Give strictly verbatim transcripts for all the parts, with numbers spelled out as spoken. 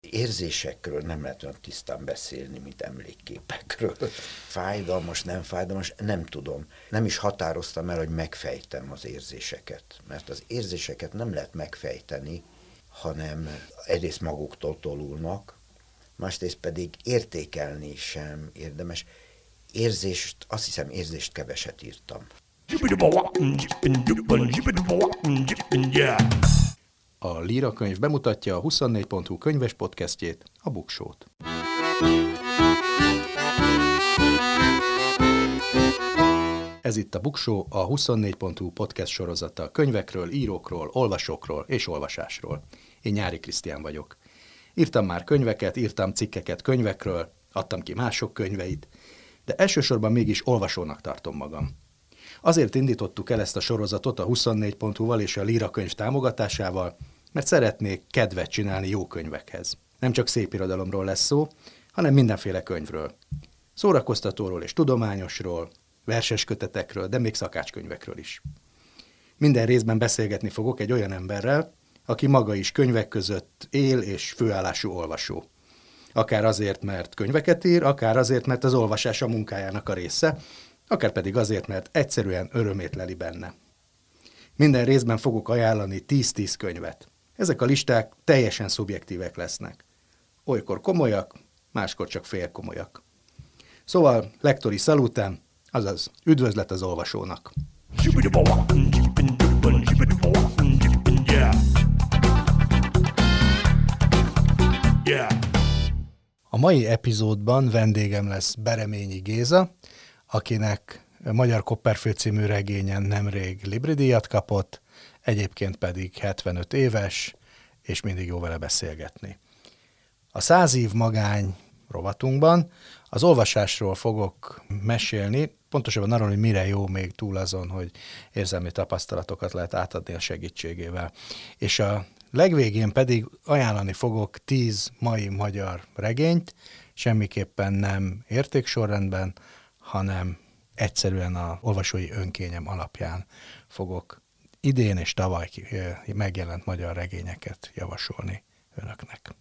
Érzésekről nem lehet olyan tisztán beszélni, mint emlékképekről. Fájdalmas, nem fájdalmas, nem tudom. Nem is határoztam el, hogy megfejtem az érzéseket. Mert az érzéseket nem lehet megfejteni, hanem egyrészt maguktól tolulnak, másrészt pedig értékelni sem érdemes. Érzést, azt hiszem érzést keveset írtam. A Líra könyv bemutatja a huszonnégy pont hu könyves podcastjét, a Buksót. Ez itt a Buksó, a huszonnégy pont hu podcast sorozata könyvekről, írókról, olvasókról és olvasásról. Én Nyári Krisztián vagyok. Írtam már könyveket, írtam cikkeket könyvekről, adtam ki mások könyveit, de elsősorban mégis olvasónak tartom magam. Azért indítottuk el ezt a sorozatot a huszonnégy pont hu-val és a Líra könyv támogatásával, mert szeretnék kedvet csinálni jó könyvekhez. Nem csak szépirodalomról lesz szó, hanem mindenféle könyvről. Szórakoztatóról és tudományosról, verses kötetekről, de még szakácskönyvekről is. Minden részben beszélgetni fogok egy olyan emberrel, aki maga is könyvek között él és főállású olvasó. Akár azért, mert könyveket ír, akár azért, mert az olvasás a munkájának a része, akár pedig azért, mert egyszerűen örömét leli benne. Minden részben fogok ajánlani tíz-tíz könyvet. Ezek a listák teljesen szubjektívek lesznek. Olykor komolyak, máskor csak félkomolyak. Szóval lektori szalutem, azaz üdvözlet az olvasónak. A mai epizódban vendégem lesz Bereményi Géza, akinek Magyar Kopperfilm című regényen nemrég Libri-díjat kapott, egyébként pedig hetvenöt éves, és mindig jó vele beszélgetni. A Száz év magány rovatunkban az olvasásról fogok mesélni, pontosabban arról, hogy mire jó még túl azon, hogy érzelmi tapasztalatokat lehet átadni a segítségével. És a legvégén pedig ajánlani fogok tíz mai magyar regényt, semmiképpen nem értéksorrendben, hanem egyszerűen az olvasói önkényem alapján fogok idén és tavaly megjelent magyar regényeket javasolni önöknek.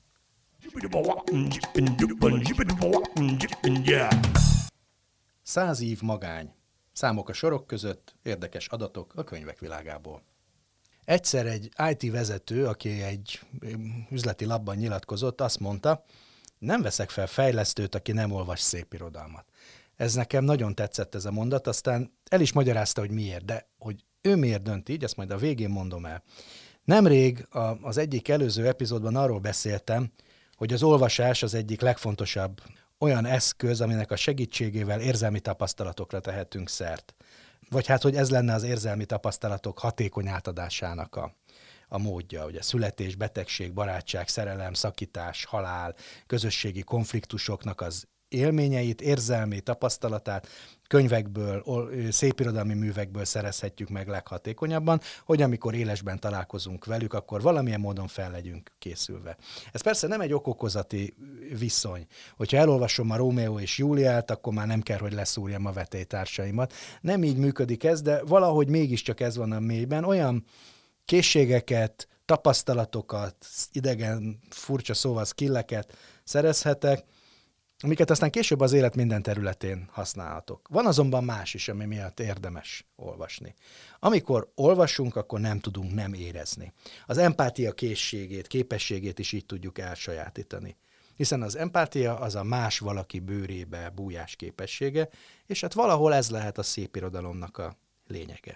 Száz év magány. Számok a sorok között, érdekes adatok a könyvek világából. Egyszer egy i té vezető, aki egy üzleti labban nyilatkozott, azt mondta, nem veszek fel fejlesztőt, aki nem olvas szépirodalmat. Ez nekem nagyon tetszett ez a mondat, aztán el is magyarázta, hogy miért, de hogy ő miért dönt így, azt majd a végén mondom el. Nemrég a, az egyik előző epizódban arról beszéltem, hogy az olvasás az egyik legfontosabb olyan eszköz, aminek a segítségével érzelmi tapasztalatokra tehetünk szert. Vagy hát, hogy ez lenne az érzelmi tapasztalatok hatékony átadásának a, a módja. Ugye születés, betegség, barátság, szerelem, szakítás, halál, közösségi konfliktusoknak az élményeit, érzelmi tapasztalatát könyvekből, szépirodalmi művekből szerezhetjük meg leghatékonyabban, hogy amikor élesben találkozunk velük, akkor valamilyen módon fel legyünk készülve. Ez persze nem egy okokozati viszony. Hogyha elolvasom a Rómeó és Júliát, akkor már nem kell, hogy leszúrjam a vetélytársaimat. Nem így működik ez, de valahogy mégiscsak ez van a mélyben. Olyan készségeket, tapasztalatokat, idegen, furcsa szóval skilleket szerezhetek, amiket aztán később az élet minden területén használhatok. Van azonban más is, ami miatt érdemes olvasni. Amikor olvasunk, akkor nem tudunk nem érezni. Az empátia készségét, képességét is így tudjuk elsajátítani. Hiszen az empátia az a más valaki bőrébe bújás képessége, és hát valahol ez lehet a szépirodalomnak a lényege.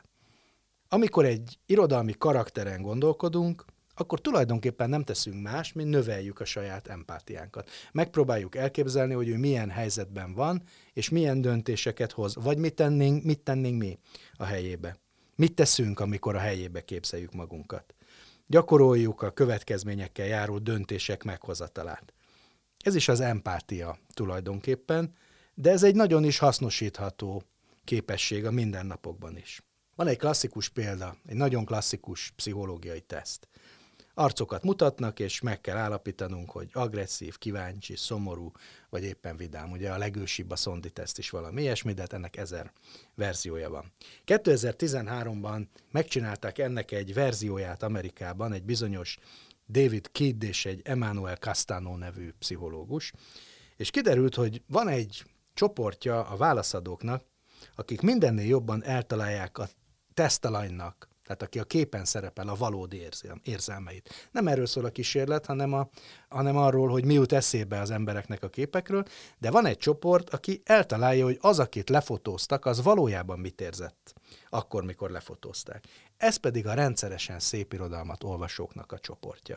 Amikor egy irodalmi karakteren gondolkodunk, akkor tulajdonképpen nem teszünk más, mint növeljük a saját empátiánkat. Megpróbáljuk elképzelni, hogy ő milyen helyzetben van, és milyen döntéseket hoz, vagy mit tennénk, mit tennénk mi a helyébe. Mit teszünk, amikor a helyébe képzeljük magunkat. Gyakoroljuk a következményekkel járó döntések meghozatalát. Ez is az empátia tulajdonképpen, de ez egy nagyon is hasznosítható képesség a mindennapokban is. Van egy klasszikus példa, egy nagyon klasszikus pszichológiai teszt. Arcokat mutatnak, és meg kell állapítanunk, hogy agresszív, kíváncsi, szomorú, vagy éppen vidám. Ugye a legősibb a Szondi teszt is valami ilyesmi, de hát ennek ezer verziója van. kétezer-tizenháromban megcsinálták ennek egy verzióját Amerikában, egy bizonyos David Kidd és egy Emmanuel Castano nevű pszichológus, és kiderült, hogy van egy csoportja a válaszadóknak, akik mindennél jobban eltalálják a tesztalanynak, tehát aki a képen szerepel, a valódi érzel, érzelmeit. Nem erről szól a kísérlet, hanem, a, hanem arról, hogy mi jut eszébe az embereknek a képekről, de van egy csoport, aki eltalálja, hogy az, akit lefotóztak, az valójában mit érzett akkor, mikor lefotózták. Ez pedig a rendszeresen szépirodalmat olvasóknak a csoportja.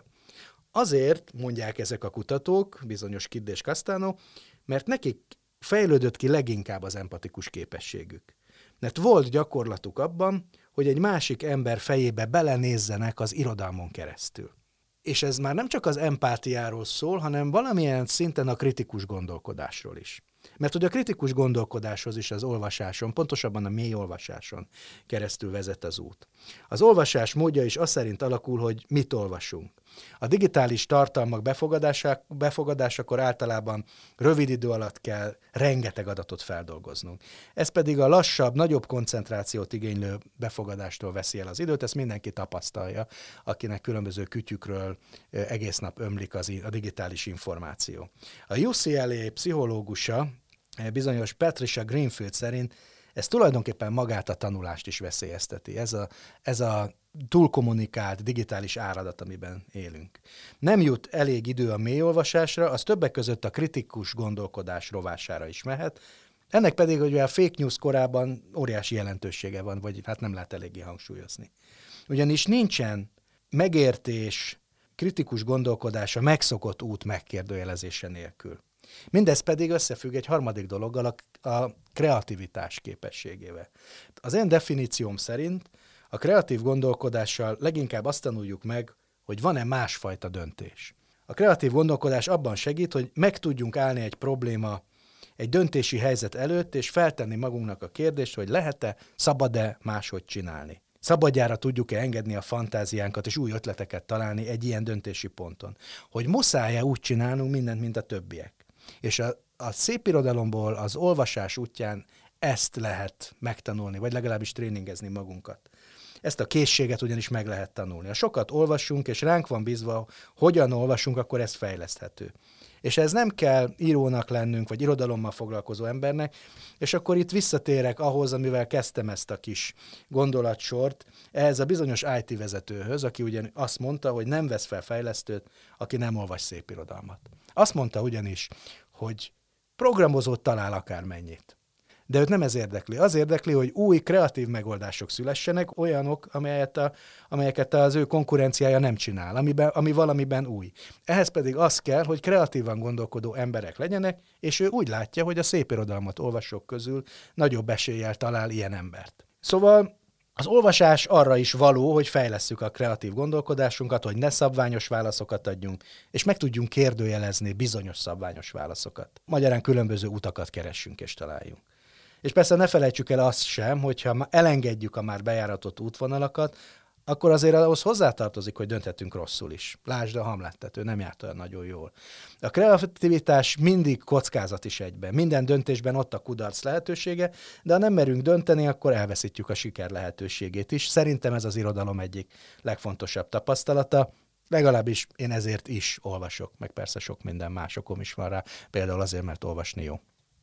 Azért mondják ezek a kutatók, bizonyos Kidd és Castano, mert nekik fejlődött ki leginkább az empatikus képességük. Mert volt gyakorlatuk abban, hogy egy másik ember fejébe belenézzenek az irodalmon keresztül. És ez már nem csak az empátiáról szól, hanem valamilyen szinten a kritikus gondolkodásról is. Mert hogy a kritikus gondolkodáshoz is az olvasáson, pontosabban a mély olvasáson keresztül vezet az út. Az olvasás módja is az szerint alakul, hogy mit olvasunk. A digitális tartalmak befogadása, befogadásakor általában rövid idő alatt kell rengeteg adatot feldolgoznunk. Ez pedig a lassabb, nagyobb koncentrációt igénylő befogadástól veszi el az időt, ezt mindenki tapasztalja, akinek különböző kütyükről egész nap ömlik az, a digitális információ. A U C L A pszichológusa, bizonyos Patricia Greenfield szerint ez tulajdonképpen magát a tanulást is veszélyezteti. Ez a, ez a túlkommunikált digitális áradat, amiben élünk. Nem jut elég idő a mélyolvasásra, az többek között a kritikus gondolkodás rovására is mehet. Ennek pedig, hogy a fake news korában óriási jelentősége van, vagy hát nem lehet eléggé hangsúlyozni. Ugyanis nincsen megértés, kritikus gondolkodása megszokott út megkérdőjelezése nélkül. Mindez pedig összefügg egy harmadik dologgal, a, a kreativitás képességével. Az én definícióm szerint a kreatív gondolkodással leginkább azt tanuljuk meg, hogy van-e másfajta döntés. A kreatív gondolkodás abban segít, hogy meg tudjunk állni egy probléma, egy döntési helyzet előtt, és feltenni magunknak a kérdést, hogy lehet-e, szabad-e máshogy csinálni. Szabadjára tudjuk-e engedni a fantáziánkat, és új ötleteket találni egy ilyen döntési ponton. Hogy muszáj-e úgy csinálnunk mindent, mint a többiek. És a, a szépirodalomból az olvasás útján ezt lehet megtanulni, vagy legalábbis tréningezni magunkat. Ezt a készséget ugyanis meg lehet tanulni. Ha sokat olvasunk, és ránk van bízva, hogyan olvasunk, akkor ez fejleszthető. És ez nem kell írónak lennünk, vagy irodalommal foglalkozó embernek, és akkor itt visszatérek ahhoz, amivel kezdtem ezt a kis gondolatsort, ehhez a bizonyos I T vezetőhöz, aki ugyan azt mondta, hogy nem vesz fel fejlesztőt, aki nem olvas szépirodalmat. Azt mondta ugyanis, hogy programozót talál akármennyit. De őt nem ez érdekli. Az érdekli, hogy új, kreatív megoldások szülessenek, olyanok, amelyet a, amelyeket az ő konkurenciája nem csinál, amiben, ami valamiben új. Ehhez pedig az kell, hogy kreatívan gondolkodó emberek legyenek, és ő úgy látja, hogy a szépirodalmat olvasók közül nagyobb eséllyel talál ilyen embert. Szóval az olvasás arra is való, hogy fejlesszük a kreatív gondolkodásunkat, hogy ne szabványos válaszokat adjunk, és meg tudjunk kérdőjelezni bizonyos szabványos válaszokat. Magyarán különböző utakat keressünk és találjunk. És persze ne felejtsük el azt sem, hogyha elengedjük a már bejáratott útvonalakat, akkor azért ahhoz hozzátartozik, hogy dönthetünk rosszul is. Lásd a Hamletet, ő nem járt olyan nagyon jól. A kreativitás mindig kockázat is egyben. Minden döntésben ott a kudarc lehetősége, de ha nem merünk dönteni, akkor elveszítjük a siker lehetőségét is. Szerintem ez az irodalom egyik legfontosabb tapasztalata. Legalábbis én ezért is olvasok, meg persze sok minden más okom is van rá, például azért, mert olvasni jó.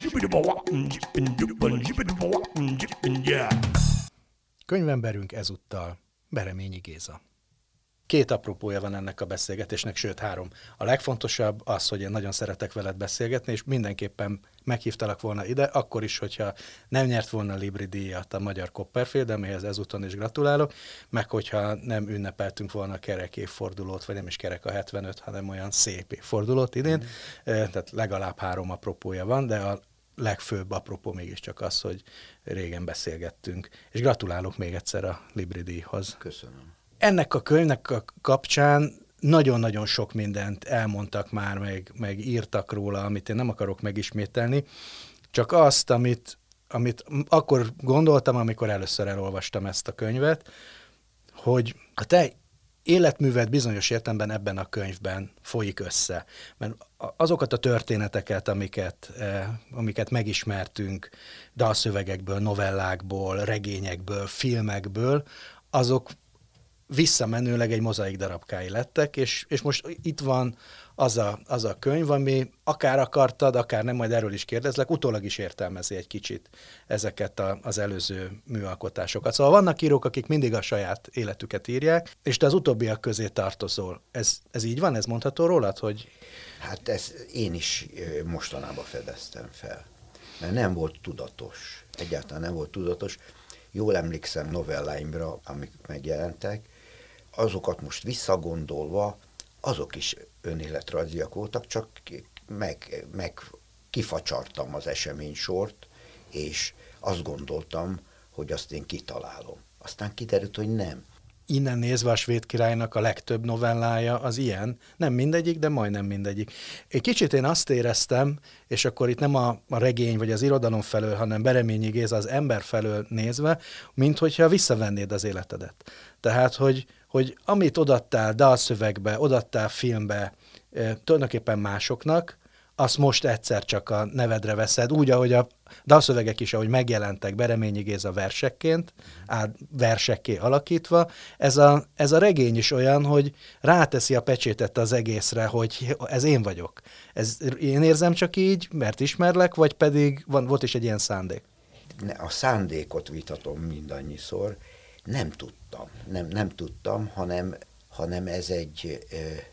Könyvemberünk ezúttal Bereményi Géza. Két apropója van ennek a beszélgetésnek, sőt három. A legfontosabb az, hogy én nagyon szeretek veled beszélgetni, és mindenképpen meghívtalak volna ide, akkor is, hogyha nem nyert volna a Libri díjat a magyar Copperfield, amihez ezúton is gratulálok, meg hogyha nem ünnepeltünk volna kerek évfordulót, vagy nem is kerek a hetvenöt, hanem olyan szép évfordulót idén. Mm. Tehát legalább három apropója van, de a legfőbb apropó mégiscsak az, hogy régen beszélgettünk. És gratulálok még egyszer a Libri díjhoz. Köszönöm. Ennek a könyvnek a kapcsán nagyon-nagyon sok mindent elmondtak már, meg, meg írtak róla, amit én nem akarok megismételni, csak azt, amit, amit akkor gondoltam, amikor először elolvastam ezt a könyvet, hogy a te életműved bizonyos értelemben ebben a könyvben folyik össze. Mert azokat a történeteket, amiket, eh, amiket megismertünk dalszövegekből, novellákból, regényekből, filmekből, azok visszamenőleg egy mozaik darabkái lettek, és, és most itt van az a, az a könyv, ami akár akartad, akár nem, majd erről is kérdezlek, utólag is értelmezi egy kicsit ezeket a, az előző műalkotásokat. Szóval vannak írók, akik mindig a saját életüket írják, és te az utóbbiak közé tartozol. Ez, ez így van? Ez mondható rólad, hogy... Hát ezt én is mostanában fedeztem fel, mert nem volt tudatos. Egyáltalán nem volt tudatos. Jól emlékszem novelláimra, amik megjelentek, azokat most visszagondolva, azok is önéletrajziak voltak, csak meg, meg kifacsartam az eseménysort, és azt gondoltam, hogy azt én kitalálom. Aztán kiderült, hogy nem. Innen nézve a Svéd királynak a legtöbb novellája az ilyen. Nem mindegyik, de majdnem mindegyik. Egy kicsit én azt éreztem, és akkor itt nem a, a regény vagy az irodalom felől, hanem Bereményi Géza az ember felől nézve, mint hogyha visszavennéd az életedet. Tehát, hogy, hogy amit odattál dalszövegbe, odattál filmbe, eh, tulajdonképpen másoknak, azt most egyszer csak a nevedre veszed, úgy, ahogy a dalszövegek is, ahogy megjelentek Bereményi Géza versekként, át versekké alakítva, ez a, ez a regény is olyan, hogy ráteszi a pecsétet az egészre, hogy ez én vagyok. Ez, én érzem csak így, mert ismerlek, vagy pedig van, volt is egy ilyen szándék? A szándékot vitatom mindannyiszor. Nem tudtam, nem, nem tudtam, hanem, hanem ez egy,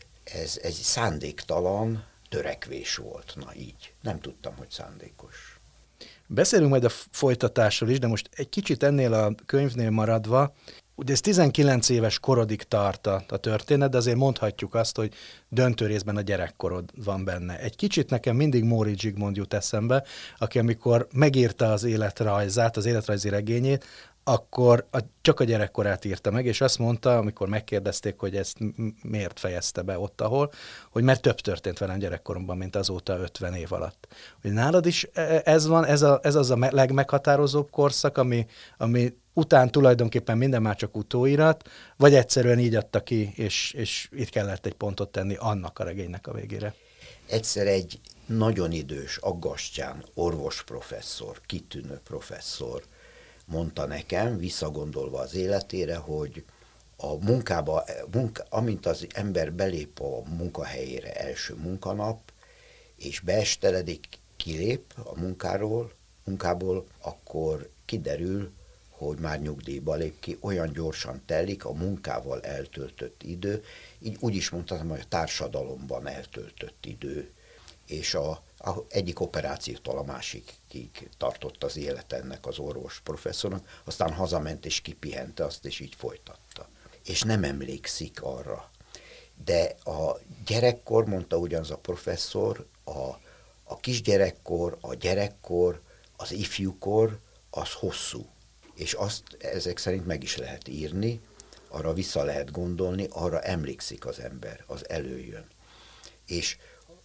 ez egy szándéktalan törekvés volt. Na így. Nem tudtam, hogy szándékos. Beszélünk majd a folytatásról is, de most egy kicsit ennél a könyvnél maradva, ugye ez tizenkilenc éves korodig tart a, a történet, de azért mondhatjuk azt, hogy döntő részben a gyerekkorod van benne. Egy kicsit nekem mindig Móricz Zsigmond jut eszembe, aki amikor megírta az életrajzát, az életrajzi regényét, akkor a, csak a gyerekkorát írta meg, és azt mondta, amikor megkérdezték, hogy ezt miért fejezte be ott, ahol, hogy mert több történt velem gyerekkoromban, mint azóta ötven év alatt. Hogy nálad is ez van, ez, a, ez az a legmeghatározóbb korszak, ami, ami után tulajdonképpen minden már csak utóirat, vagy egyszerűen így adta ki, és, és itt kellett egy pontot tenni annak a regénynek a végére. Egyszer egy nagyon idős, Aggastyán orvosprofesszor, kitűnő professzor mondta nekem, visszagondolva az életére, hogy a munkába, munka, amint az ember belép a munkahelyére első munkanap, és beesteledik, kilép a munkáról, munkából, akkor kiderül, hogy már nyugdíjba lép ki, olyan gyorsan telik a munkával eltöltött idő, így úgy is mondhatom, hogy a társadalomban eltöltött idő, és a, a egyik operációtól a másikig tartott az élet ennek az orvos professzornak, aztán hazament és kipihente azt, és így folytatta. És nem emlékszik arra. De a gyerekkor, mondta ugyanaz a professzor, a, a kisgyerekkor, a gyerekkor, az ifjúkor, az hosszú. És azt ezek szerint meg is lehet írni, arra vissza lehet gondolni, arra emlékszik az ember, az előjön. És,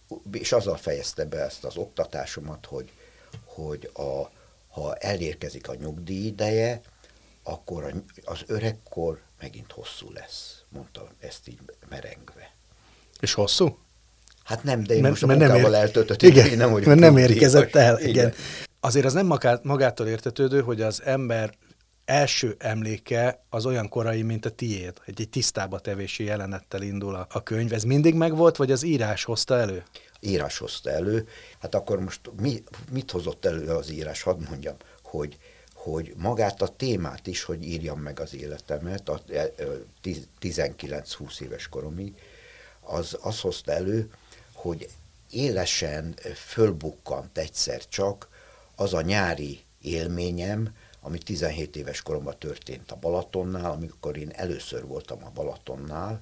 és azzal fejezte be ezt az oktatásomat, hogy, hogy a, ha elérkezik a nyugdíj ideje, akkor az öregkor megint hosszú lesz, mondta ezt így merengve. És hosszú? Hát nem, de én mert, most a mert munkával ér... eltöltött, igen, nem vagyok mert nem érkezett nyugdíjas. el. Igen. Igen. Azért az nem magától értetődő, hogy az ember első emléke az olyan korai, mint a tiéd. Egy, egy tisztába tevési jelenettel indul a, a könyv. Ez mindig megvolt, vagy az írás hozta elő? Írás hozta elő. Hát akkor most mi, mit hozott elő az írás? Hadd mondjam, hogy, hogy magát a témát is, hogy írjam meg az életemet, a tizenkilenc-húsz éves koromig, az, az hozta elő, hogy élesen fölbukkant egyszer csak az a nyári élményem, ami tizenhét éves koromban történt a Balatonnál, amikor én először voltam a Balatonnál,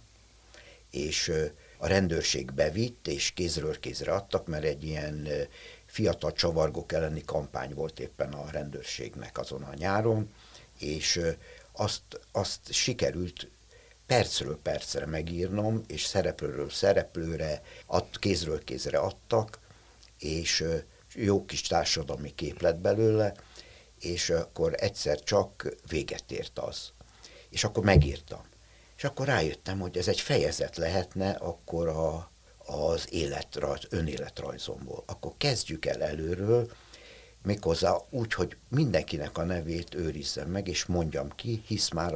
és a rendőrség bevitt, és kézről kézre adtak, mert egy ilyen fiatal csavargók elleni kampány volt éppen a rendőrségnek azon a nyáron, és azt, azt sikerült percről percre megírnom, és szereplőről szereplőre ad, kézről kézre adtak, és jó kis társadalmi kép lett belőle, és akkor egyszer csak véget ért az. És akkor megírtam. És akkor rájöttem, hogy ez egy fejezet lehetne akkor a, az életrajz, önéletrajzomból. Akkor kezdjük el előről, méghozzá úgy, hogy mindenkinek a nevét őrizzem meg, és mondjam ki, hisz már a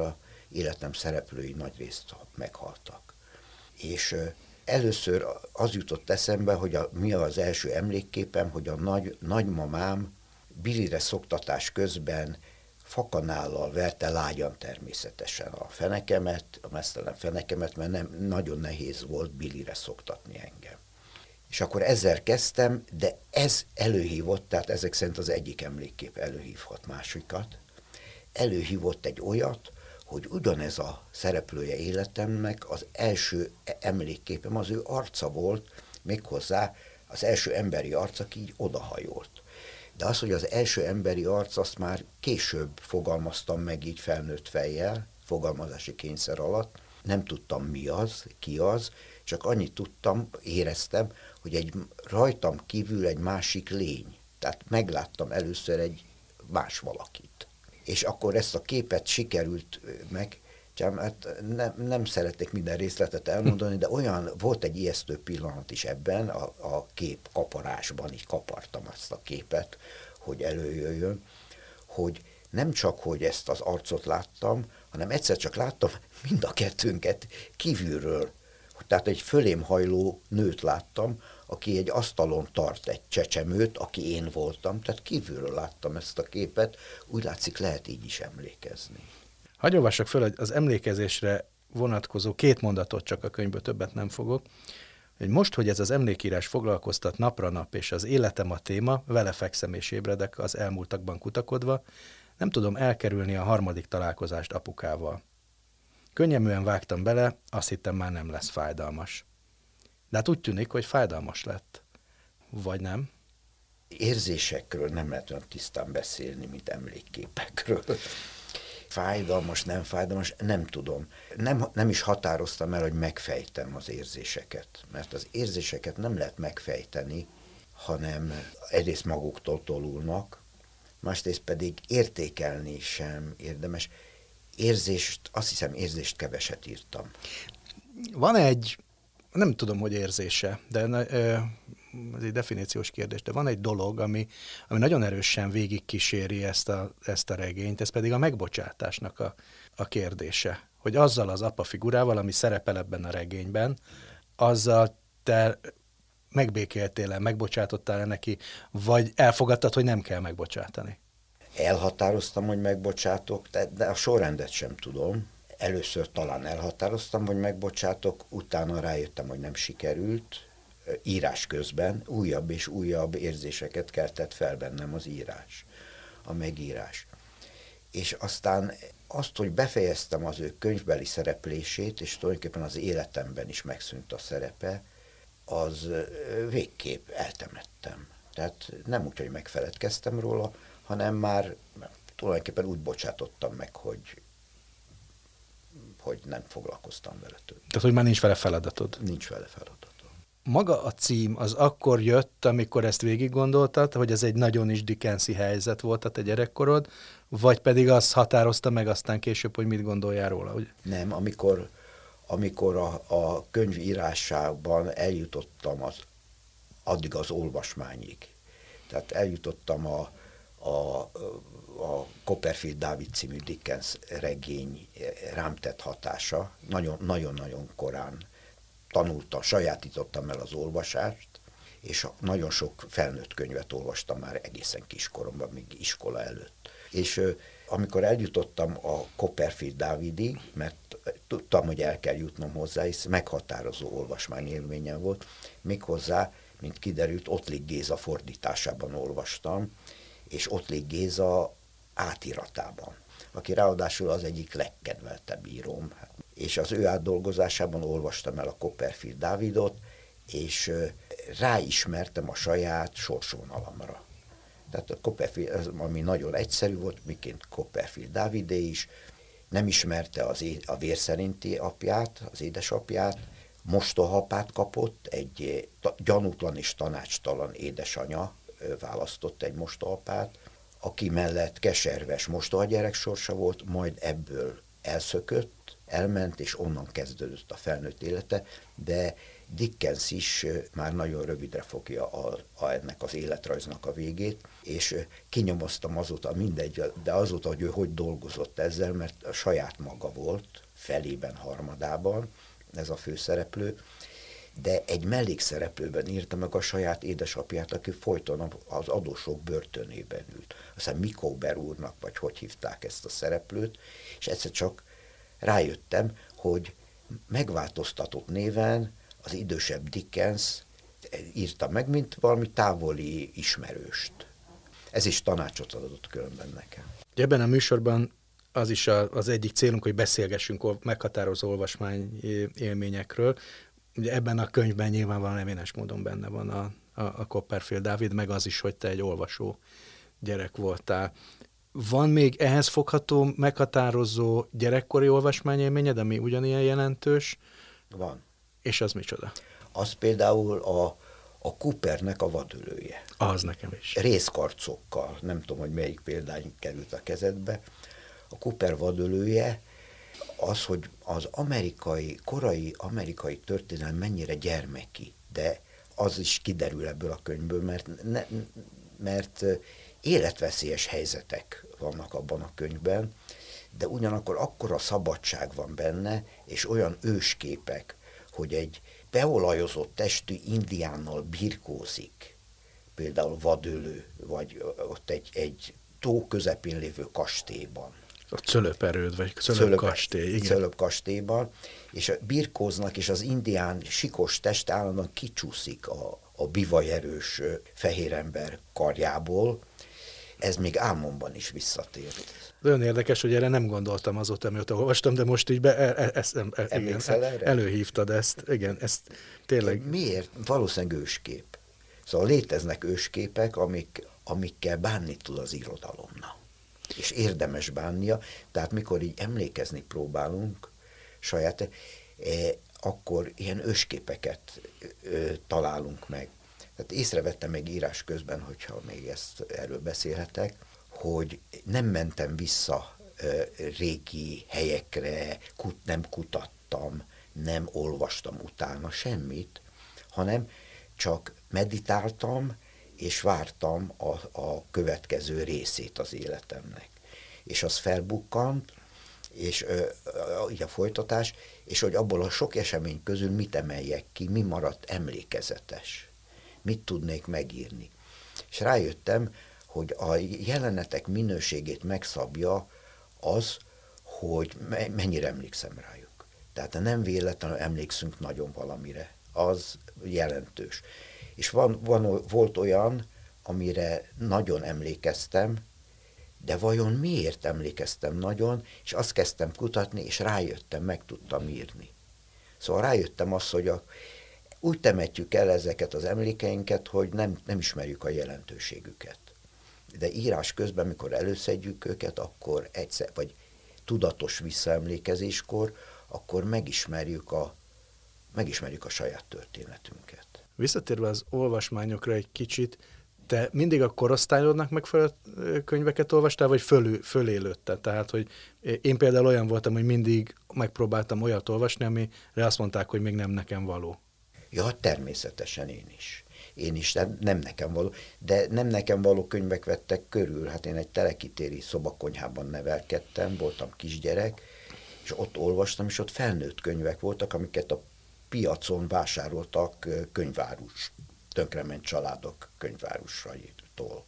életem szereplői nagyrészt meghaltak. És először az jutott eszembe, hogy a, mi az első emlékképem, hogy a nagy, nagymamám bilire szoktatás közben fakanállal verte lágyan természetesen a fenekemet, a meztelen fenekemet, mert nem, nagyon nehéz volt bilire szoktatni engem. És akkor ezzel kezdtem, de ez előhívott, tehát ezek szerint az egyik emlékkép előhívhat másikat, előhívott egy olyat, hogy ugyanez a szereplője életemnek az első emlékképem az ő arca volt, méghozzá az első emberi arc, aki így odahajolt. De az, hogy az első emberi arc, azt már később fogalmaztam meg így felnőtt fejjel, fogalmazási kényszer alatt, nem tudtam mi az, ki az, csak annyit tudtam, éreztem, hogy egy rajtam kívül egy másik lény. Tehát megláttam először egy más valakit. És akkor ezt a képet sikerült meg, hát nem, nem szeretnék minden részletet elmondani, de olyan, volt egy ijesztő pillanat is ebben, a, a kép kaparásban, így kapartam azt a képet, hogy előjöjjön, hogy nem csak, hogy ezt az arcot láttam, hanem egyszer csak láttam mind a kettőnket kívülről. Tehát egy fölém hajló nőt láttam, aki egy asztalon tart egy csecsemőt, aki én voltam, tehát kívülről láttam ezt a képet, úgy látszik, lehet így is emlékezni. Hadd olvassak föl az emlékezésre vonatkozó két mondatot, csak a könyvből többet nem fogok, hogy most, hogy ez az emlékírás foglalkoztat napra nap, és az életem a téma, vele fekszem és ébredek az elmúltakban kutakodva, nem tudom elkerülni a harmadik találkozást apukával. Könnyelműen vágtam bele, azt hittem már nem lesz fájdalmas. De hát úgy tűnik, hogy fájdalmas lett. Vagy nem? Érzésekről nem lehet olyan tisztán beszélni, mint emlékképekről. Fájdalmas, nem fájdalmas, nem tudom. Nem, nem is határoztam el, hogy megfejtem az érzéseket. Mert az érzéseket nem lehet megfejteni, hanem egyrészt maguktól tolulnak, másrészt pedig értékelni sem érdemes. Érzést, azt hiszem, érzést keveset írtam. Van egy, nem tudom, hogy érzése, de ez egy definíciós kérdés, de van egy dolog, ami, ami nagyon erősen végigkíséri ezt a, ezt a regényt, ez pedig a megbocsátásnak a, a kérdése. Hogy azzal az apa figurával, ami szerepel ebben a regényben, azzal te megbékéltél-e, megbocsátottál-e neki, vagy elfogadtad, hogy nem kell megbocsátani? Elhatároztam, hogy megbocsátok, de, de a sorrendet sem tudom. Először talán elhatároztam, hogy megbocsátok, utána rájöttem, hogy nem sikerült. Írás közben újabb és újabb érzéseket keltett fel bennem az írás, a megírás. És aztán azt, hogy befejeztem az ő könyvbeli szereplését, és tulajdonképpen az életemben is megszűnt a szerepe, az végképp eltemettem. Tehát nem úgy, hogy megfeledkeztem róla, hanem már tulajdonképpen úgy bocsátottam meg, hogy, hogy nem foglalkoztam vele többet. Tehát, hogy már nincs vele feladatod? Nincs vele feladatom. Maga a cím az akkor jött, amikor ezt végig gondoltad, hogy ez egy nagyon is Dickensi helyzet volt a te gyerekkorod, vagy pedig azt határozta meg aztán később, hogy mit gondoljál róla? Ugye? Nem, amikor, amikor a, a könyv írásában eljutottam az, addig az olvasmányig. Tehát eljutottam a, a, a Copperfield Dávid című Dickens regény rám tett hatása. Nagyon-nagyon korán tanultam, sajátítottam el az olvasást, és nagyon sok felnőtt könyvet olvastam már egészen kiskoromban, még iskola előtt. És amikor eljutottam a Copperfield Dávidig, mert tudtam, hogy el kell jutnom hozzá, és meghatározó olvasmányélményem volt, méghozzá, mint kiderült, Ottlik Géza fordításában olvastam, és Ottlik Géza átiratában, aki ráadásul az egyik legkedveltebb íróm. És az ő átdolgozásában olvastam el a Copperfield Dávidot, és ráismertem a saját sorsvonalamra. Tehát a Copperfield, ami nagyon egyszerű volt, miként Copperfield Dávidé is, nem ismerte az é- a vér szerinti apját, az édesapját, mostohapát kapott, egy gyanútlan és tanácstalan édesanya választott egy mostohapát, aki mellett keserves mostohagyerek sorsa volt, majd ebből elszökött, elment, és onnan kezdődött a felnőtt élete, de Dickens is már nagyon rövidre fogja a, a, ennek az életrajznak a végét, és kinyomoztam azóta, mindegy, de azóta, hogy ő hogy dolgozott ezzel, mert a saját maga volt, felében, harmadában, ez a főszereplő, de egy mellékszereplőben írta meg a saját édesapját, aki folyton az adósok börtönében ült. Aztán Micawber úrnak, vagy hogy hívták ezt a szereplőt, és egyszer csak rájöttem, hogy megváltoztatott néven az idősebb Dickens írta meg, mint valami távoli ismerőst. Ez is tanácsot adott különben nekem. Ebben a műsorban az is a, az egyik célunk, hogy beszélgessünk meghatározó olvasmány élményekről. Ugye ebben a könyvben nyilvánvalóan evidens módon benne van a, a, a Copperfield Dávid, meg az is, hogy te egy olvasó gyerek voltál. Van még ehhez fogható, meghatározó gyerekkori olvasmányélményed, ami ugyanilyen jelentős? Van. És az micsoda? Az például a, a Coopernek a vadölője. Az nekem is. Rézkarcokkal, nem tudom, hogy melyik példány került a kezedbe. A Cooper vadölője az, hogy az amerikai, korai amerikai történelem mennyire gyermeki, de az is kiderül ebből a könyvből, mert, ne, mert életveszélyes helyzetek vannak abban a könyvben, de ugyanakkor akkora szabadság van benne, és olyan ősképek, hogy egy beolajozott testű indiánnal birkózik, például vadölő, vagy ott egy, egy tó közepén lévő kastélyban. A cölöperőd, vagy cölöpkastély, igen. Cölöpkastélyban, és birkóznak, és az indián sikos test állandóan kicsúszik a, a bivajerős fehérember karjából. Ez még álmomban is visszatért. Olyan érdekes, hogy erre nem gondoltam azóta, amióta olvastam, de most így be, e, e, e, igen, előhívtad ezt. Igen, ezt tényleg... Miért? Valószínűleg őskép. Szóval léteznek ősképek, amik, amikkel bánni tud az irodalomnak. És érdemes bánnia, tehát mikor így emlékezni próbálunk saját, eh, akkor ilyen ősképeket eh, találunk meg. Tehát észrevettem meg írás közben, hogyha még ezt erről beszélhetek, hogy nem mentem vissza eh, régi helyekre, kut, nem kutattam, nem olvastam utána semmit, hanem csak meditáltam, és vártam a, a következő részét az életemnek. És az felbukkant, és ö, ö, a folytatás, és hogy abból a sok esemény közül mit emeljek ki, mi maradt emlékezetes, mit tudnék megírni. És rájöttem, hogy a jelenetek minőségét megszabja az, hogy mennyire emlékszem rájuk. Tehát nem véletlenül emlékszünk nagyon valamire. Az jelentős. És van, van, volt olyan, amire nagyon emlékeztem, de vajon miért emlékeztem nagyon, és azt kezdtem kutatni, és rájöttem, meg tudtam írni. Szóval rájöttem azt, hogy a, úgy temetjük el ezeket az emlékeinket, hogy nem, nem ismerjük a jelentőségüket. De írás közben, mikor előszedjük őket, akkor egyszer, vagy tudatos visszaemlékezéskor, akkor megismerjük a, megismerjük a saját történetünket. Visszatérve az olvasmányokra egy kicsit, te mindig a korosztályodnak megfelelő könyveket olvastál, vagy fölül, fölélődted? Tehát, hogy én például olyan voltam, hogy mindig megpróbáltam olyat olvasni, amire azt mondták, hogy még nem nekem való. Ja, természetesen én is. Én is, nem nekem való, de nem nekem való könyvek vettek körül. Hát én egy telekitéri szobakonyhában nevelkedtem, voltam kisgyerek, és ott olvastam, és ott felnőtt könyvek voltak, amiket a piacon vásároltak könyvárus, tönkrement családok könyvárusaitól.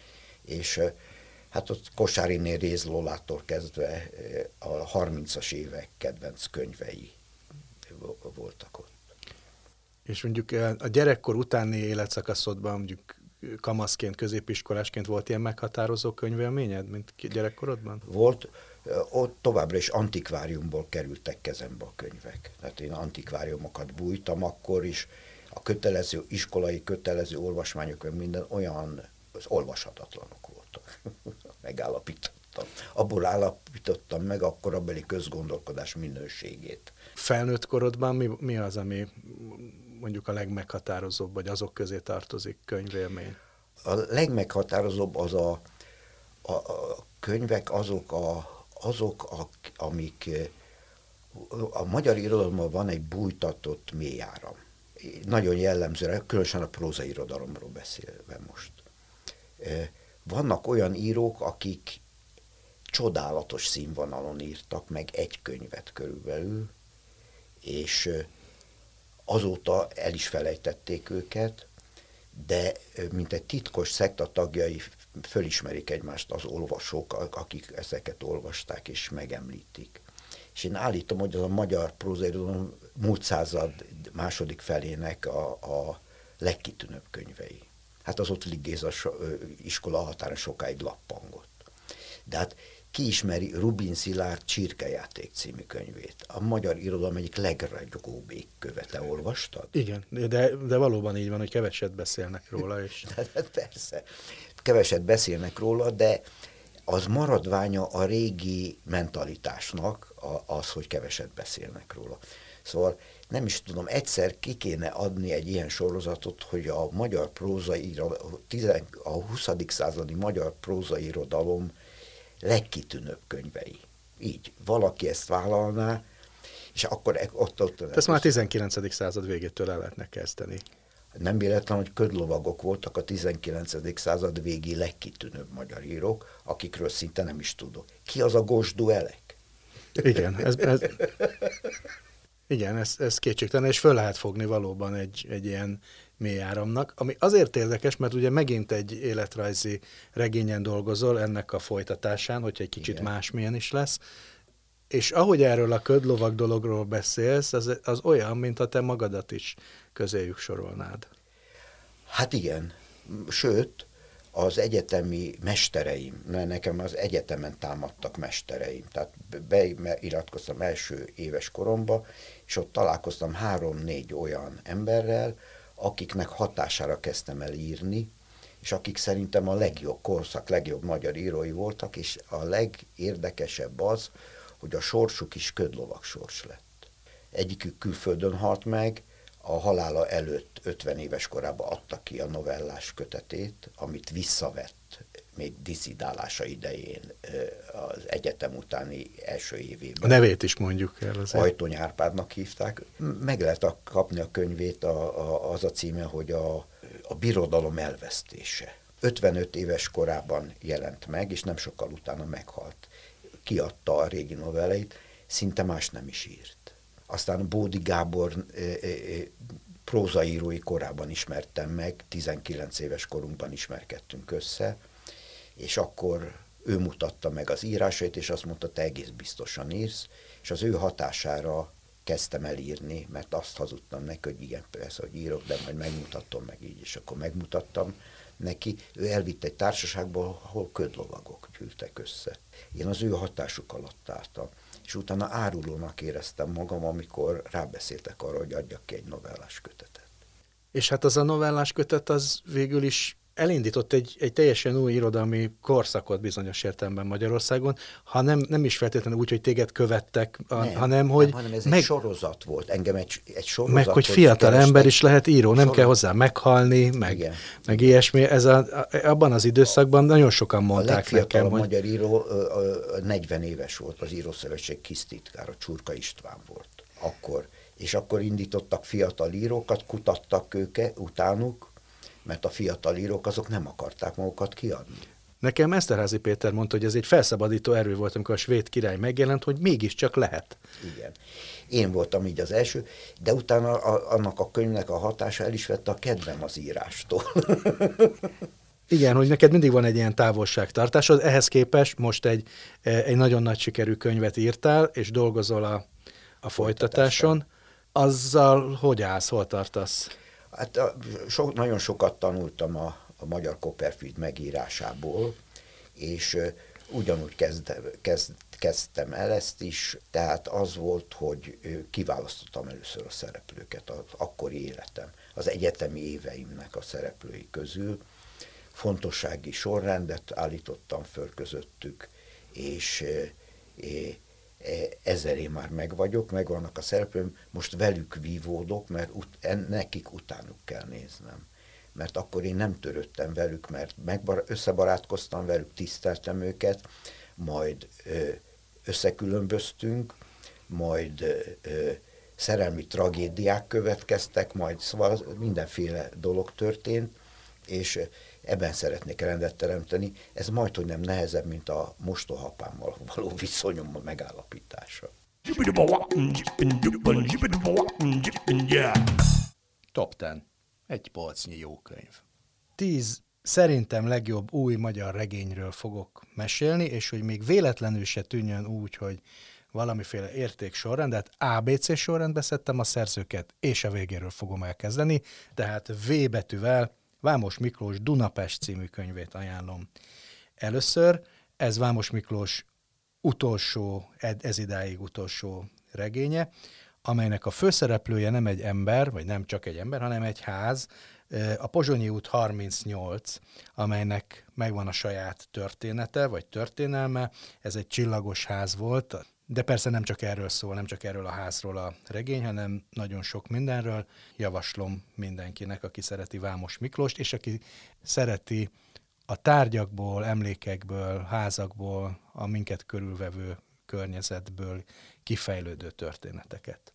És hát ott Kossáriné Réz Lolától kezdve a harmincas évek kedvenc könyvei voltak ott. És mondjuk a gyerekkor utáni életszakaszodban, mondjuk kamaszként, középiskolásként volt ilyen meghatározó könyvélményed, mint gyerekkorodban? Volt. Ott továbbra is antikváriumból kerültek kezembe a könyvek. Tehát én antikváriumokat bújtam akkor is, a kötelező, iskolai kötelező olvasmányok, minden olyan, az olvashatatlanok voltak. Megállapítottam. Abból állapítottam meg a korabeli közgondolkodás minőségét. Felnőtt korodban mi, mi az, ami mondjuk a legmeghatározóbb, vagy azok közé tartozik könyvélmény? A legmeghatározóbb az a, a, a könyvek azok, a, azok a, amik a magyar irodalomban van egy bújtatott mélyáram. nagyon jellemző, különösen a prózairodalomról beszélve most. Vannak olyan írók, akik csodálatos színvonalon írtak meg egy könyvet körülbelül, és azóta el is felejtették őket, de mint egy titkos szekta tagjai fölismerik egymást az olvasók, akik ezeket olvasták és megemlítik. És én állítom, hogy az a magyar prózairodalom múlt század második felének a, a legkitűnőbb könyvei. Hát az ott Ligéza iskola határa sokáig lappangott. De hát ki ismeri Rubin Szilárd Csirkejáték című könyvét? A magyar irodalom egyik legragyogóbb égköve. Te olvastad? Igen, de, de valóban így van, hogy keveset beszélnek róla is. Hát persze, keveset beszélnek róla, de az maradványa a régi mentalitásnak az, hogy keveset beszélnek róla. Szóval nem is tudom, egyszer ki kéne adni egy ilyen sorozatot, hogy a magyar prózairodalom, a huszadik századi magyar prózairodalom legkitűnőbb könyvei. Így. Valaki ezt vállalná, és akkor ott... ott ezt már a tizenkilencedik század végétől el lehetne kezdeni. Nem véletlen, hogy ködlovagok voltak a tizenkilencedik század végi legkitűnőbb magyar írók, akikről szinte nem is tudok. Ki az a Gosdú Elek? Igen, ez, ez, igen, ez, ez kétségtelen, és föl lehet fogni valóban egy, egy ilyen mély áramnak, ami azért érdekes, mert ugye megint egy életrajzi regényen dolgozol ennek a folytatásán, hogyha egy kicsit igen. másmilyen is lesz, és ahogy erről a ködlovag dologról beszélsz, az, az olyan, mintha te magadat is közéjük sorolnád. Hát igen, sőt, az egyetemi mestereim, nekem az egyetemen támadtak mestereim, tehát beiratkoztam első éves koromba, és ott találkoztam három-négy olyan emberrel, akiknek hatására kezdtem el írni, és akik szerintem a legjobb korszak, legjobb magyar írói voltak, és a legérdekesebb az, hogy a sorsuk is ködlovag sors lett. Egyikük külföldön halt meg, a halála előtt ötven éves korában adta ki a novellás kötetét, amit visszavett még disszidálása idején az egyetem utáni első évében. A nevét is mondjuk el azért. Ajtony Árpádnak hívták. Meg lehet kapni a könyvét, a, a, az a címe, hogy a, a birodalom elvesztése. ötvenöt éves korában jelent meg, és nem sokkal utána meghalt. Kiadta a régi novelleit, szinte más nem is írt. Aztán Bódi Gábor e, e, prózaírói korában ismertem meg, tizenkilenc éves korunkban ismerkedtünk össze, és akkor ő mutatta meg az írásait, és azt mondta, te egész biztosan írsz, és az ő hatására kezdtem el írni, mert azt hazudtam neki, hogy igen, persze, hogy írok, de majd megmutatom meg így, és akkor megmutattam neki. Ő elvitt egy társaságból, ahol ködlovagok gyűltek össze. Én az ő hatásuk alatt álltam, és utána árulónak éreztem magam, amikor rábeszéltek arra, hogy adjak ki egy novellás kötetet. És hát az a novellás kötet az végül is elindított egy, egy teljesen új irodalmi korszakot bizonyos értelemben Magyarországon, ha nem, nem is feltétlenül úgy, hogy téged követtek, a, nem, hanem hogy... Nem, hanem ez meg, egy sorozat volt, engem egy, egy sorozat. Meg hogy fiatal ember is lehet író, nem sorozat. Kell hozzá meghalni, meg, meg ilyesmi. Ez a, abban az időszakban nagyon sokan mondták nekem, hogy... A magyar író negyven éves volt, az Írószövetség kisztitkára, Csurka István volt akkor. És akkor indítottak fiatal írókat, kutattak őket utánuk, mert a fiatal írók azok nem akarták magukat kiadni. Nekem Eszterházy Péter mondta, hogy ez egy felszabadító erő volt, amikor a svéd király megjelent, hogy mégiscsak lehet. Igen. Én voltam így az első, de utána a, annak a könyvnek a hatása el is vette a kedvem az írástól. Igen, hogy neked mindig van egy ilyen távolságtartásod, ehhez képest most egy, egy nagyon nagy sikerű könyvet írtál, és dolgozol a, a folytatáson. Azzal hogy állsz, hol tartasz? Hát a, so, nagyon sokat tanultam a, a magyar Copperfield megírásából, és uh, ugyanúgy kezd, kezd, kezdtem el ezt is, tehát az volt, hogy uh, kiválasztottam először a szereplőket az akkori életem, az egyetemi éveimnek a szereplői közül, fontossági sorrendet állítottam föl közöttük, és uh, ezzel én már meg vagyok, megvannak a szereplőm, most velük vívódok, mert ut- nekik utánuk kell néznem. Mert akkor én nem törődtem velük, mert megbar- összebarátkoztam velük, tiszteltem őket, majd ö, összekülönböztünk, majd ö, szerelmi tragédiák következtek, majd szóval mindenféle dolog történt, és ebben szeretnék rendet teremteni. Ez majdhogy nem nehezebb, mint a mostohapámmal való viszonyom megállapítása. Top tíz. Egy polcnyi jó könyv. Tíz szerintem legjobb új magyar regényről fogok mesélni, és hogy még véletlenül se tűnjön úgy, hogy valamiféle értéksorrend, tehát á bé cé sorrendbe szedtem a szerzőket, és a végéről fogom elkezdeni, tehát V betűvel Vámos Miklós Dunapest című könyvét ajánlom. Először ez Vámos Miklós utolsó, ez idáig utolsó regénye, amelynek a főszereplője nem egy ember, vagy nem csak egy ember, hanem egy ház, a Pozsonyi út harmincnyolc, amelynek megvan a saját története, vagy történelme. Ez egy csillagos ház volt, de persze nem csak erről szól, nem csak erről a házról a regény, hanem nagyon sok mindenről. Javaslom mindenkinek, aki szereti Vámos Miklóst, és aki szereti a tárgyakból, emlékekből, házakból, a minket körülvevő környezetből kifejlődő történeteket.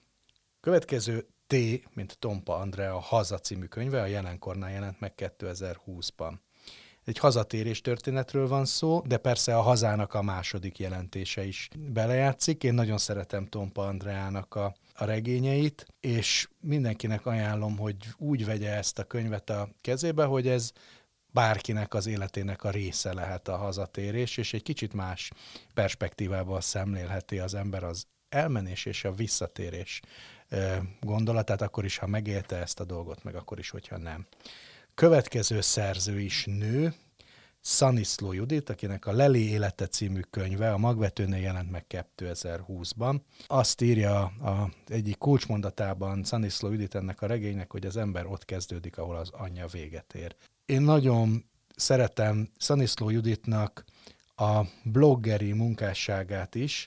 Következő T, mint Tompa Andrea, a Haza című könyve, a Jelenkornál jelent meg kétezer-húszban. Egy hazatérés történetről van szó, de persze a hazának a második jelentése is belejátszik. Én nagyon szeretem Tompa Andreának a, a regényeit, és mindenkinek ajánlom, hogy úgy vegye ezt a könyvet a kezébe, hogy ez bárkinek az életének a része lehet a hazatérés, és egy kicsit más perspektívával szemlélheti az ember az elmenés és a visszatérés gondolatát, akkor is, ha megélte ezt a dolgot, meg akkor is, hogyha nem. Következő szerző is nő, Szaniszló Judit, akinek a Leli élete című könyve a Magvetőnél jelent meg kétezer-húszban. Azt írja a egyik kulcsmondatában Szaniszló Judit ennek a regénynek, hogy az ember ott kezdődik, ahol az anyja véget ér. Én nagyon szeretem Szaniszló Juditnak a bloggeri munkásságát is,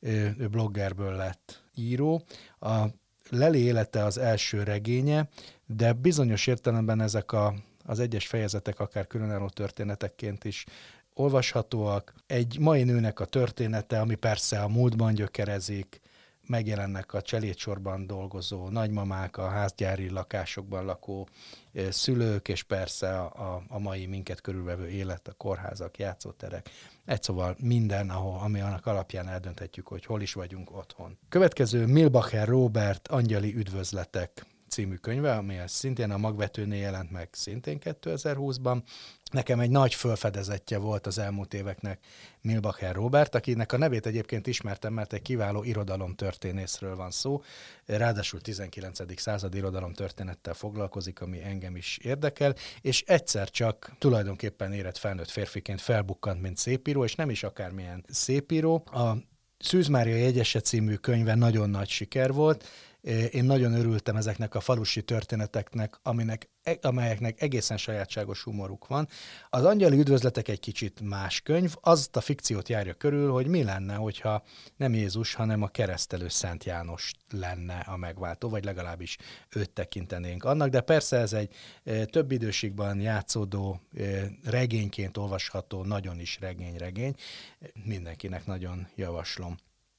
ő bloggerből lett író. A Leli élete az első regénye, de bizonyos értelemben ezek a, az egyes fejezetek akár különálló történetekként is olvashatóak. Egy mai nőnek a története, ami persze a múltban gyökerezik, megjelennek a cselédsorban dolgozó nagymamák, a házgyári lakásokban lakó szülők, és persze a, a mai minket körülvevő élet, a kórházak, játszóterek. Egy szóval minden, ahol, ami annak alapján eldönthetjük, hogy hol is vagyunk otthon. Következő Milbacher Róbert Angyali üdvözletek című könyve, ami szintén a Magvetőnél jelent meg szintén kétezer-húszban. Nekem egy nagy felfedezetje volt az elmúlt éveknek Milbacher Róbert, akinek a nevét egyébként ismertem, mert egy kiváló irodalomtörténészről van szó, ráadásul tizenkilencedik századi irodalomtörténettel foglalkozik, ami engem is érdekel, és egyszer csak tulajdonképpen érett felnőtt férfiként felbukkant, mint szépíró, és nem is akármilyen szépíró. A Szűz Mária jegyese című könyve nagyon nagy siker volt. Én nagyon örültem ezeknek a falusi történeteknek, aminek, amelyeknek egészen sajátságos humoruk van. Az Angyali üdvözletek egy kicsit más könyv, azt a fikciót járja körül, hogy mi lenne, hogyha nem Jézus, hanem a keresztelő Szent János lenne a megváltó, vagy legalábbis őt tekintenénk annak, de persze ez egy több időségben játszódó, regényként olvasható, nagyon is regény-regény, mindenkinek nagyon javaslom.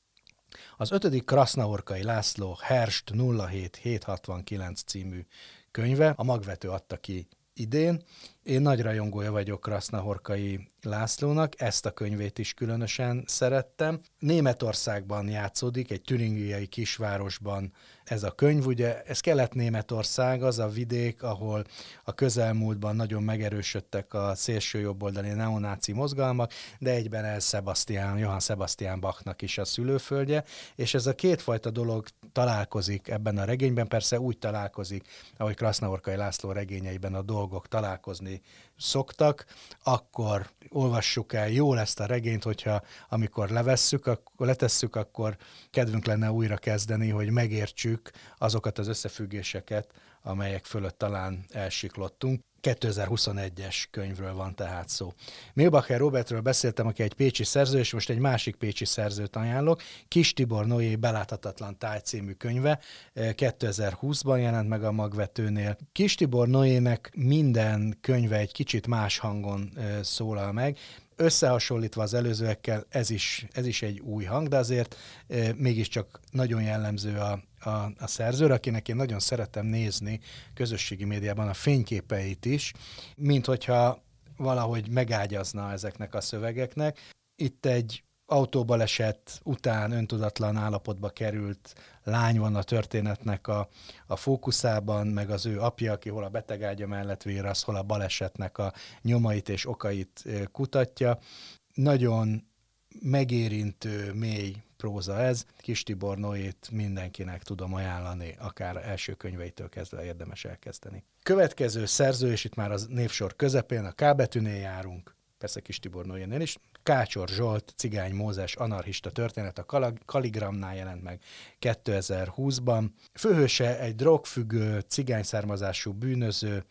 Az ötödik Krasznahorkai László Herst nulla hét hét hatvankilenc című könyve, a Magvető adta ki idén. Én nagy rajongója vagyok Krasznahorkai Lászlónak, ezt a könyvét is különösen szerettem. Németországban játszódik, egy türingiai kisvárosban ez a könyv, ugye ez Kelet-Németország, az a vidék, ahol a közelmúltban nagyon megerősödtek a szélsőjobboldali neonáci mozgalmak, de egyben ez Sebastian, Johann Sebastian Bachnak is a szülőföldje, és ez a kétfajta dolog találkozik ebben a regényben, persze úgy találkozik, ahogy Krasznahorkai László regényeiben a dolgok találkozni szoktak, akkor olvassuk el jól ezt a regényt, hogyha amikor levesszük, akkor letesszük, akkor kedvünk lenne újra kezdeni, hogy megértsük azokat az összefüggéseket, amelyek fölött talán elsiklottunk. kétezer-huszonegyes könyvről van tehát szó. Milbacher Robertről beszéltem, aki egy pécsi szerző, és most egy másik pécsi szerzőt ajánlok. Kis Tibor Noé Beláthatatlan táj című könyve kétezer-húszban jelent meg a Magvetőnél. Kis Tibor Noének minden könyve egy kicsit más hangon szólal meg, összehasonlítva az előzőekkel ez is, ez is egy új hang, de azért e, mégiscsak nagyon jellemző a, a, a szerzőre, akinek én nagyon szeretem nézni közösségi médiában a fényképeit is, mint hogyha valahogy megágyazna ezeknek a szövegeknek. Itt egy autóbaleset után öntudatlan állapotba került lány van a történetnek a, a fókuszában, meg az ő apja, aki hol a betegágya mellett vírasz, hol a balesetnek a nyomait és okait kutatja. Nagyon megérintő, mély próza ez. Kis Tibor Noét mindenkinek tudom ajánlani, akár első könyveitől kezdve érdemes elkezdeni. Következő szerző, és itt már az névsor közepén, a K betűnél járunk, persze Kis Tibor Noénél is, Kácsor Zsolt, Cigány Mózes, anarchista történet, a Kaligramnál jelent meg kétezer-húszban. Főhőse egy drogfüggő, cigány származású bűnöző,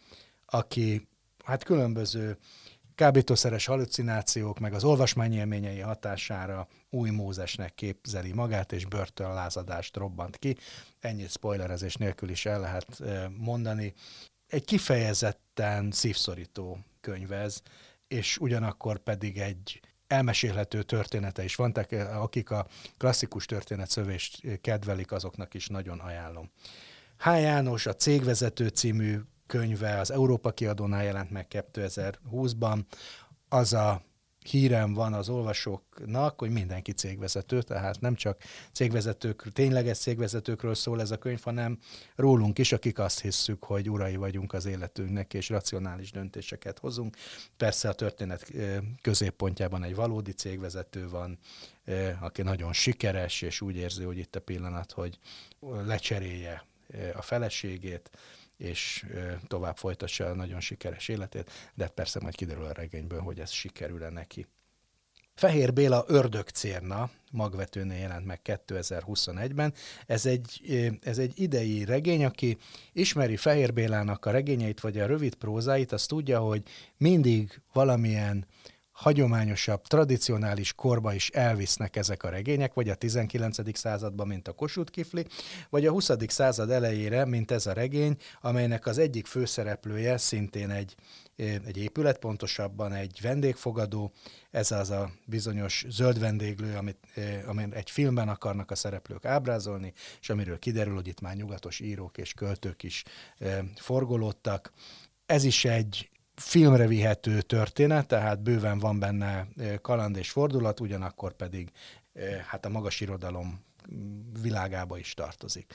aki hát különböző kábítószeres hallucinációk, meg az olvasmányi élményei hatására új Mózesnek képzeli magát, és börtönlázadást robbant ki. Ennyit spoilerezés nélkül is el lehet mondani. Egy kifejezetten szívszorító könyv ez, és ugyanakkor pedig egy elmesélhető története is van, tehát akik a klasszikus történetszövést kedvelik, azoknak is nagyon ajánlom. H. János, a Cégvezető című könyve az Európa Kiadónál jelent meg kétezer-húszban. Az a hírem van az olvasóknak, hogy mindenki cégvezető, tehát nem csak cégvezetők, tényleges cégvezetőkről szól ez a könyv, hanem rólunk is, akik azt hisszük, hogy urai vagyunk az életünknek, és racionális döntéseket hozunk. Persze a történet középpontjában egy valódi cégvezető van, aki nagyon sikeres, és úgy érzi, hogy itt a pillanat, hogy lecserélje a feleségét, és tovább folytassa a nagyon sikeres életét, de persze majd kiderül a regényből, hogy ez sikerül-e neki. Fehér Béla Ördögcérna magvetőnél jelent meg kétezer-huszonegyben. Ez egy, ez egy idei regény, aki ismeri Fehér Bélának a regényeit, vagy a rövid prózáit, azt tudja, hogy mindig valamilyen hagyományosabb, tradicionális korba is elvisznek ezek a regények, vagy a tizenkilencedik században, mint a Kossuth Kifli, vagy a huszadik század elejére, mint ez a regény, amelynek az egyik főszereplője szintén egy, egy épület, pontosabban egy vendégfogadó, ez az a bizonyos zöld vendéglő, amit, amit egy filmben akarnak a szereplők ábrázolni, és amiről kiderül, hogy itt már nyugatos írók és költők is forgolódtak. Ez is egy filmre vihető történet, tehát bőven van benne kaland és fordulat, ugyanakkor pedig hát a magas irodalom világába is tartozik.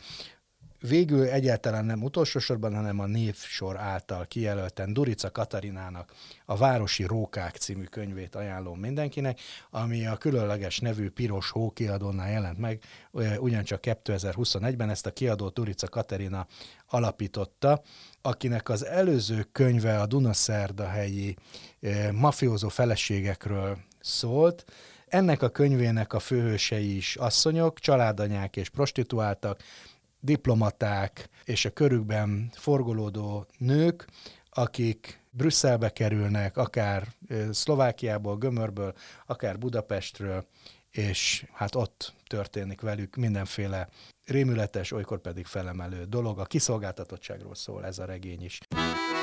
Végül egyáltalán nem utolsó sorban, hanem a névsor által kijelölten Durica Katarinának a Városi Rókák című könyvét ajánlom mindenkinek, ami a különleges nevű Piros Hó kiadónál jelent meg, ugyancsak kétezer-huszonegyben. Ezt a kiadót Durica Katarina alapította, akinek az előző könyve a Dunaszerdahelyi mafiózó feleségekről szólt. Ennek a könyvének a főhősei is asszonyok, családanyák és prostituáltak, diplomaták és a körükben forgolódó nők, akik Brüsszelbe kerülnek, akár Szlovákiából, Gömörből, akár Budapestről, és hát ott történik velük mindenféle rémületes, olykor pedig felemelő dolog. A kiszolgáltatottságról szól ez a regény is.